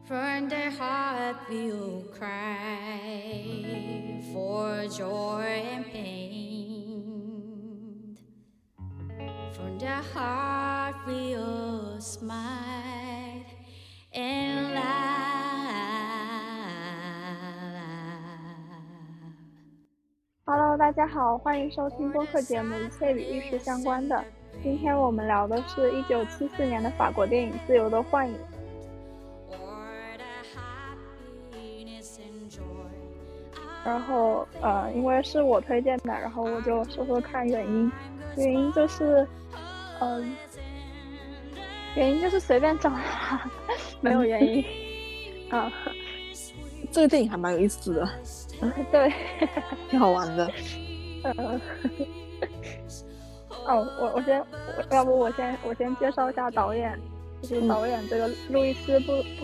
From their heart will cry for joy and pain. From their heart will smile and Hello，大家好，欢迎收听播客节目《一切与历史相关的》。今天我们聊的是1974年的法国电影《自由的幻影》。然后因为是我推荐的，然后我就说说看原因。原因就是随便找的，没有原因。 这个电影还蛮有意思的， 对， 挺好玩的。 我先介绍一下导演，就是导演这个路易斯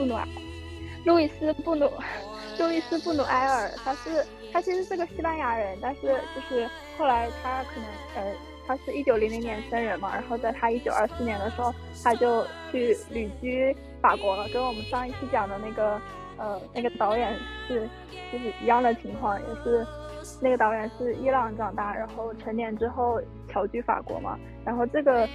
布努埃尔，他其实是个西班牙人，但是就是后来他可能他是1900年生人嘛，然后在他1924年的时候，他就去旅居法国了，跟我们上一期讲的那个导演就是一样的情况，也是那个导演是伊朗长大，然后成年之后侨居法国嘛，然后这个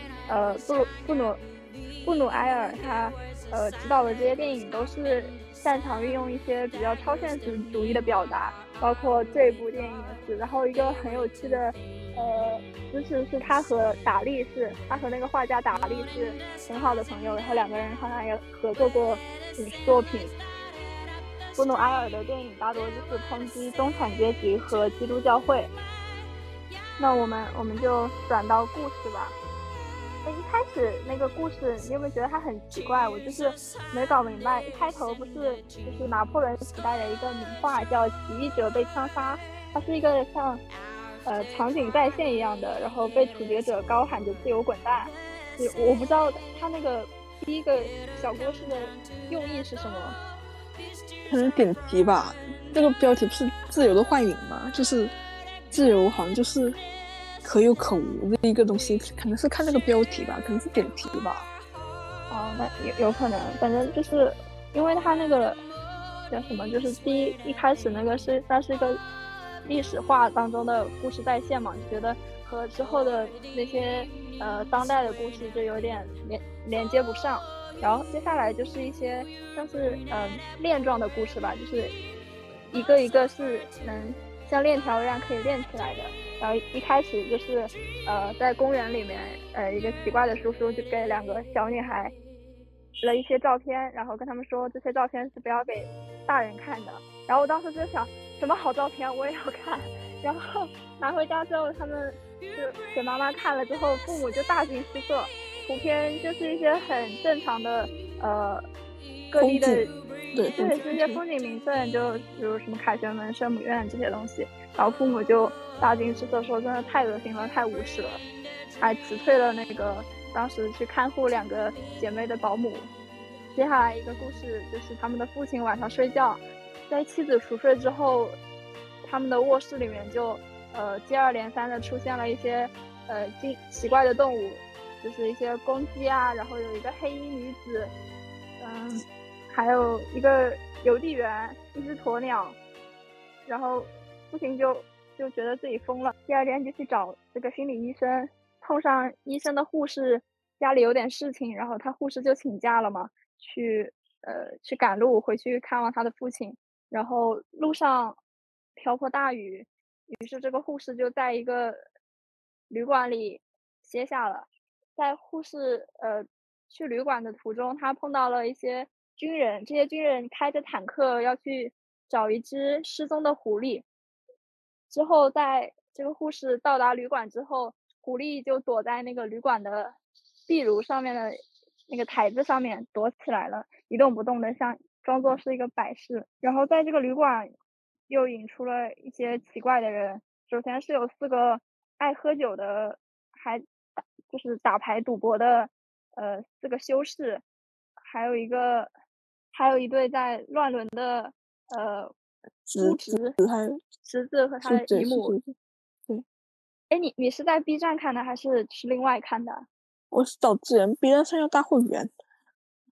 布努埃尔他指导的这些电影都是擅长运用一些比较超现实主义的表达，包括这部电影也是。然后一个很有趣的知识是他和那个画家达利是很好的朋友，然后两个人好像也合作过影视作品。布努埃尔的电影大多就是抨击中产阶级和基督教会。那我们就转到故事吧。一开始那个故事，你有没有觉得它很奇怪？我就是没搞明白。一开头不是就是拿破仑时代的一个名画叫《起义者被枪杀》，它是一个像场景再现一样的，然后被处决者高喊着自由滚蛋。我不知道他那个第一个小故事的用意是什么。 可能点题吧，这个标题不是自由的幻影吗？就是自由好像就是可有可无的一个东西，可能是看那个标题吧，可能是点题吧。 那有可能，反正就是因为他那个叫什么，就是一开始那个它是一个历史画当中的故事再现嘛，就觉得和之后的那些当代的故事就有点连接不上。然后接下来就是一些像是链状的故事吧，就是一个一个是能像链条一样可以链起来的。然后一开始就是在公园里面，一个奇怪的叔叔就给两个小女孩了一些照片，然后跟他们说这些照片是不要给大人看的。然后我当时就想，什么好照片我也要看。然后拿回家之后，他们就给妈妈看了之后，父母就大惊失色。图片就是一些很正常的各地的对， 是一些风景名胜，就比如什么凯旋门、圣母院这些东西。然后父母就大惊失色，说真的太恶心了，太无耻了，还辞退了那个当时去看护两个姐妹的保姆。接下来一个故事就是他们的父亲晚上睡觉，在妻子熟睡之后，他们的卧室里面就接二连三的出现了一些奇怪的动物，就是一些公鸡啊，然后有一个黑衣女子，还有一个邮递员，一只鸵鸟。然后父亲就觉得自己疯了，第二天就去找这个心理医生，碰上医生的护士家里有点事情，然后他护士就请假了嘛，去赶路回去看望他的父亲。然后路上瓢泼大雨，于是这个护士就在一个旅馆里歇下了。在护士去旅馆的途中，他碰到了一些军人，这些军人开着坦克要去找一只失踪的狐狸。之后在这个护士到达旅馆之后，狐狸就躲在那个旅馆的壁炉上面的那个台子上面躲起来了，一动不动的，装作是一个摆饰。然后在这个旅馆又引出了一些奇怪的人，首先是有4个爱喝酒的，还就是打牌赌博的4个修士，还有一对在乱伦的姑侄侄子和他的姨母。 对。 哎，你是在 B 站看的还是另外看的？ 我是找资源，B 站上要大会员。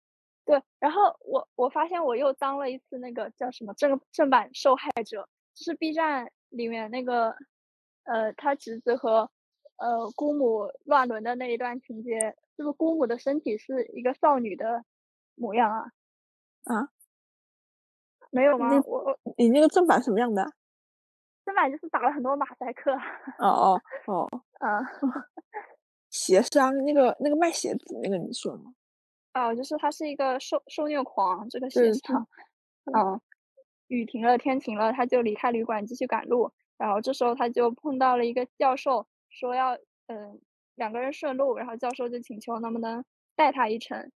对，然后我发现我又当了一次那个叫什么正版受害者，就是 B 站里面那个他侄子和姑母乱伦的那一段情节，是不是姑母的身体是一个少女的模样啊？ 啊？ 没有吗？ 那你那个正版什么样的啊？ 正版就是打了很多马赛克， 哦哦哦， 嗯。 鞋商那个卖鞋子那个你说吗？ 哦，就是他是一个受虐狂，这个写对对上， 对， 嗯，雨停了，天晴了，他就离开旅馆继续赶路。然后这时候他就碰到了一个教授，说要两个人顺路，然后教授就请求能不能带他一程。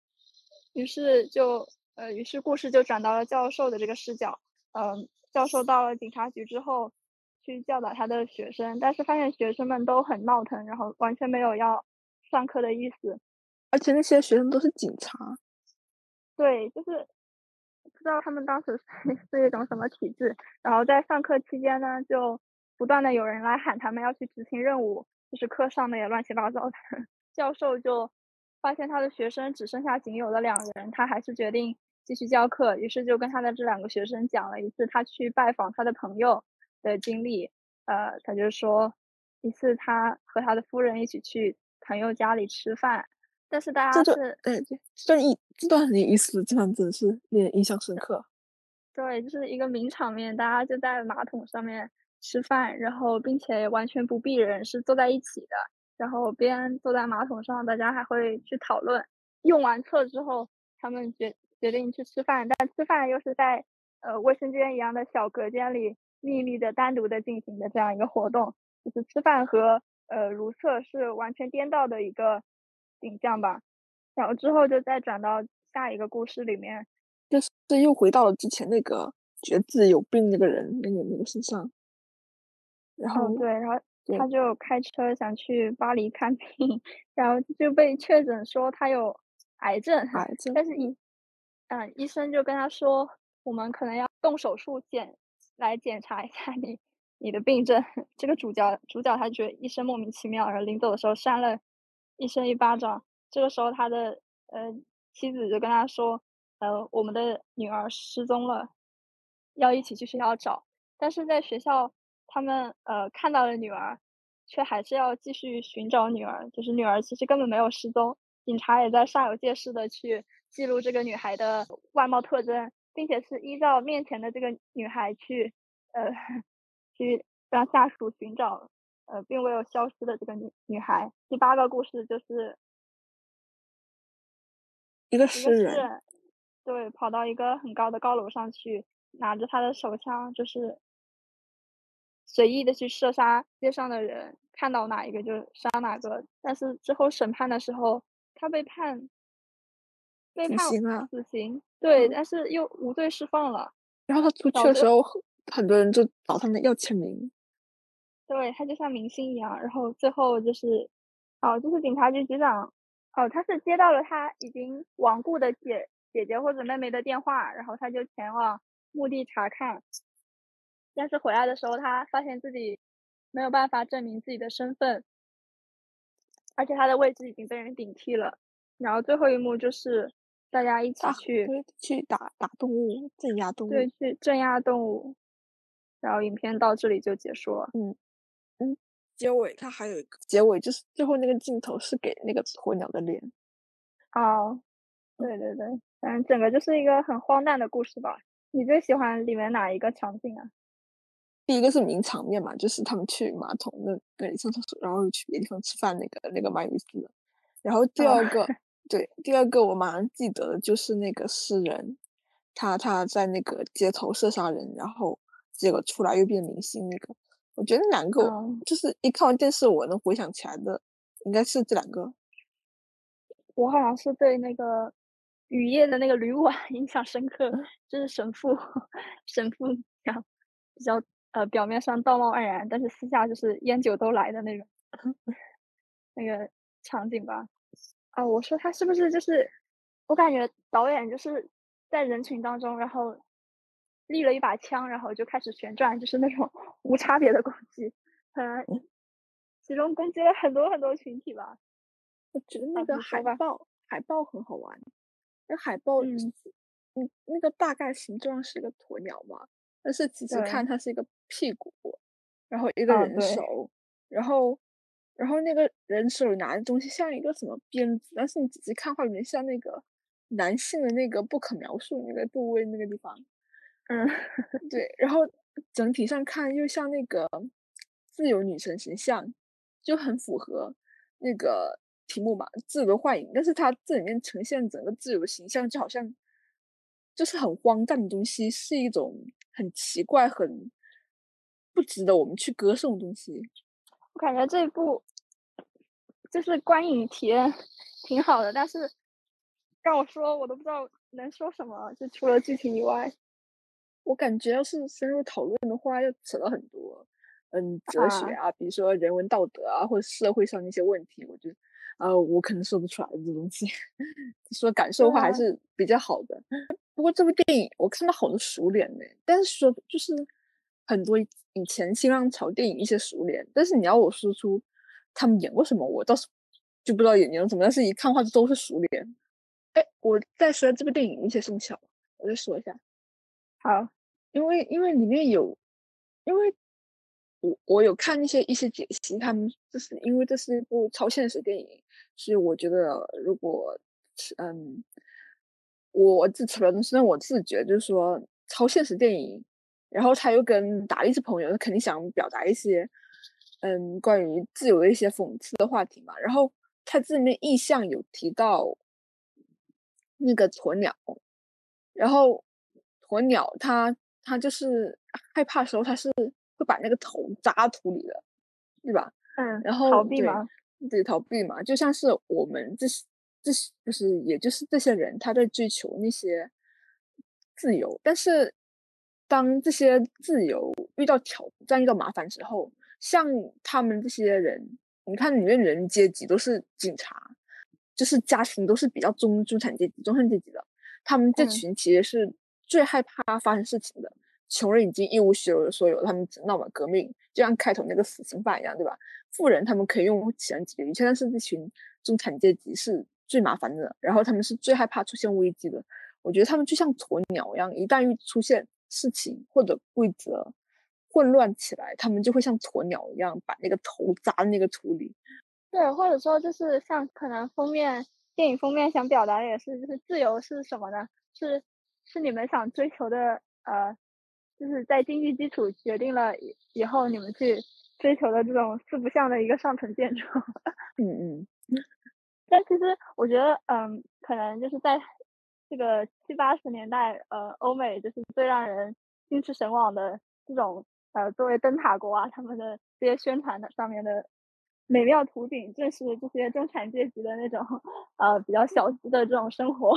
于是故事就转到了教授的这个视角。教授到了警察局之后，去教导他的学生，但是发现学生们都很闹腾，然后完全没有要上课的意思。 而且那些学生都是警察。 对，就是不知道他们当时是一种什么体质。然后在上课期间呢，就不断的有人来喊他们要去执行任务，就是课上的也乱七八糟的。教授就发现他的学生只剩下仅有的2人，他还是决定继续教课，于是就跟他的这2个学生讲了一次他去拜访他的朋友的经历。他就说一次他和他的夫人一起去朋友家里吃饭，但是大这就家是对，这段很有意思，这段真的是令人印象深刻。 对，就是一个名场面，大家就在马桶上面吃饭，然后并且完全不避人，是坐在一起的。然后边坐在马桶上，大家还会去讨论。用完厕之后，他们决定去吃饭，但吃饭又是在卫生间一样的小隔间里秘密的、单独的进行的这样一个活动，就是吃饭和如厕是完全颠倒的一个景象吧。然后之后就再转到下一个故事里面。 就是又回到了之前那个觉得自己有病那个人那个身上，然哦， 后对，然后他对就开车想去巴黎看病，然后就被确诊说他有癌症。 癌症， 但是医生就跟他说，我们可能要动手术来检查一下你的病症。这个主角他觉得医生莫名其妙，然后临走的时候扇了医生一巴掌。这个时候他的妻子就跟他说，我们的女儿失踪了，要一起去学校找。但是在学校，他们看到了女儿，却还是要继续寻找女儿，就是女儿其实根本没有失踪。警察也在煞有介事的去记录这个女孩的外貌特征，并且是依照面前的这个女孩去呃去让下属寻找并未有消失的这个女孩。第8个故事就是一个一个诗人， 诗人，对，跑到一个很高的高楼上去，拿着他的手枪，就是随意的去射杀街上的人，看到哪一个就杀哪个。但是之后审判的时候，他被判死刑啊， 死刑，对， 嗯， 但是又无罪释放了。 然后他出然后最去的时候，很多人就找他们要签名。 对，他就像明星一样。然后最后就是，哦，就是警察局局长，哦，他是接到了他已经亡故的姐姐或者妹妹的电话，然后他就前往墓地查看。但是回来的时候，他发现自己没有办法证明自己的身份，而且他的位置已经被人顶替了。然后最后一幕就是大家一起去， 对，去打动物，镇压动对， 物。 去镇压动物。然后影片到这里就结束了。 嗯嗯，结尾它还有一个结尾，就是最后那个镜头是给那个鸵鸟的脸。 哦， 嗯， 对对对，反正整个就是一个很荒诞的故事吧。你最喜欢里面哪一个场景啊？ 第一个是名场面嘛，就是他们去马桶那里上厕所，然后去别的地方吃饭那个蛮有意思的。然后第哦， 二个，对，第二个我马上记得的就是那个诗人，他在那个街头射杀人，然后结果出来又变明星那个。我觉得两个嗯， 就是一看完电视我能回想起来的，应该是这两个。 我好像是对那个雨夜的那个旅馆印象深刻， 嗯， 就是神父比较表面上道貌岸然，但是私下就是烟酒都来的那种那个场景吧。啊，我说他是不是就是我感觉导演就是在人群当中，然后立了一把枪，然后就开始旋转，就是那种无差别的攻击，可能其中攻击了很多很多群体吧。 我觉得那啊， 个你说吧。 海报很好玩。 那海报， 嗯， 那个大概形状是一个鸵鸟嘛，但是仔细对， 看它是一个屁股，然后一个人对， 手，然后那个人手里拿的东西像一个什么鞭子，但是你仔细看的话，有点像那个男性的那个不可描述那个部位那个地方。 嗯， 对，然后整体上看又像那个自由女神形象，就很符合那个题目嘛，自由的幻影。但是它这里面呈现整个自由的形象，就好像就是很荒诞的东西，是一种很奇怪、很不值得我们去歌颂的东西。 我感觉这一部就是观影体验挺好的，但是让我说我都不知道能说什么，就除了剧情以外我感觉要是深入讨论的话，要扯到很多，哲学啊， 啊，比如说人文道德啊，或者社会上的一些问题，我觉得，我可能说不出来这东西。说感受的话还对啊， 是比较好的。不过这部电影我看到好多熟脸呢，但是说就是很多以前新浪潮电影一些熟脸，但是你要我说出他们演过什么，我倒是就不知道演什么，但是一看的话都是熟脸。哎，我再说这部电影一些生巧，我再说一下。 好， 因为里面有，因为我有看一些解析，他们就是因为这是一部超现实电影，所以我觉得如果是我自扯不了东西，但我自觉就是说超现实电影，然后他又跟达利是朋友，他肯定想表达一些关于自由的一些讽刺的话题嘛。然后他这里面意象有提到那个鸵鸟，然后鸵鸟它就是害怕的时候，它是会把那个头扎土里的，对吧？ 嗯， 然后对逃避吗？ 对逃避嘛，就像是我们这些就是也就是这些人他在追求那些自由，但是当这些自由遇到挑战、遇到麻烦之后，像他们这些人，你看里面人阶级都是警察，就是家庭都是比较中产阶级的，他们这嗯群其实是最害怕发生事情的。穷人已经一无所有，他们只闹完革命，就像开头那个死刑犯一样，对吧？富人他们可以用钱解决一切，但是这群中产阶级是最麻烦的，然后他们是最害怕出现危机的。我觉得他们就像鸵鸟一样，一旦出现事情或者规则混乱起来，他们就会像鸵鸟一样把那个头扎在那个土里。 对，或者说就是像可能电影封面想表达的也是，就是自由是什么呢？是你们想追求的，就是在经济基础决定了以后你们去追求的这种四不像的一个上层建筑。 嗯但其实我觉得，可能就是在这个70、80年代，欧美就是最让人心驰神往的这种，作为灯塔国啊，他们的这些宣传的上面的美妙图景，正是这些中产阶级的那种，比较小资的这种生活。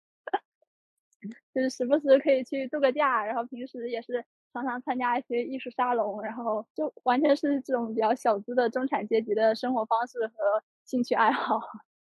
就是时不时可以去度个假，然后平时也是常常参加一些艺术沙龙，然后就完全是这种比较小资的中产阶级的生活方式和兴趣爱好。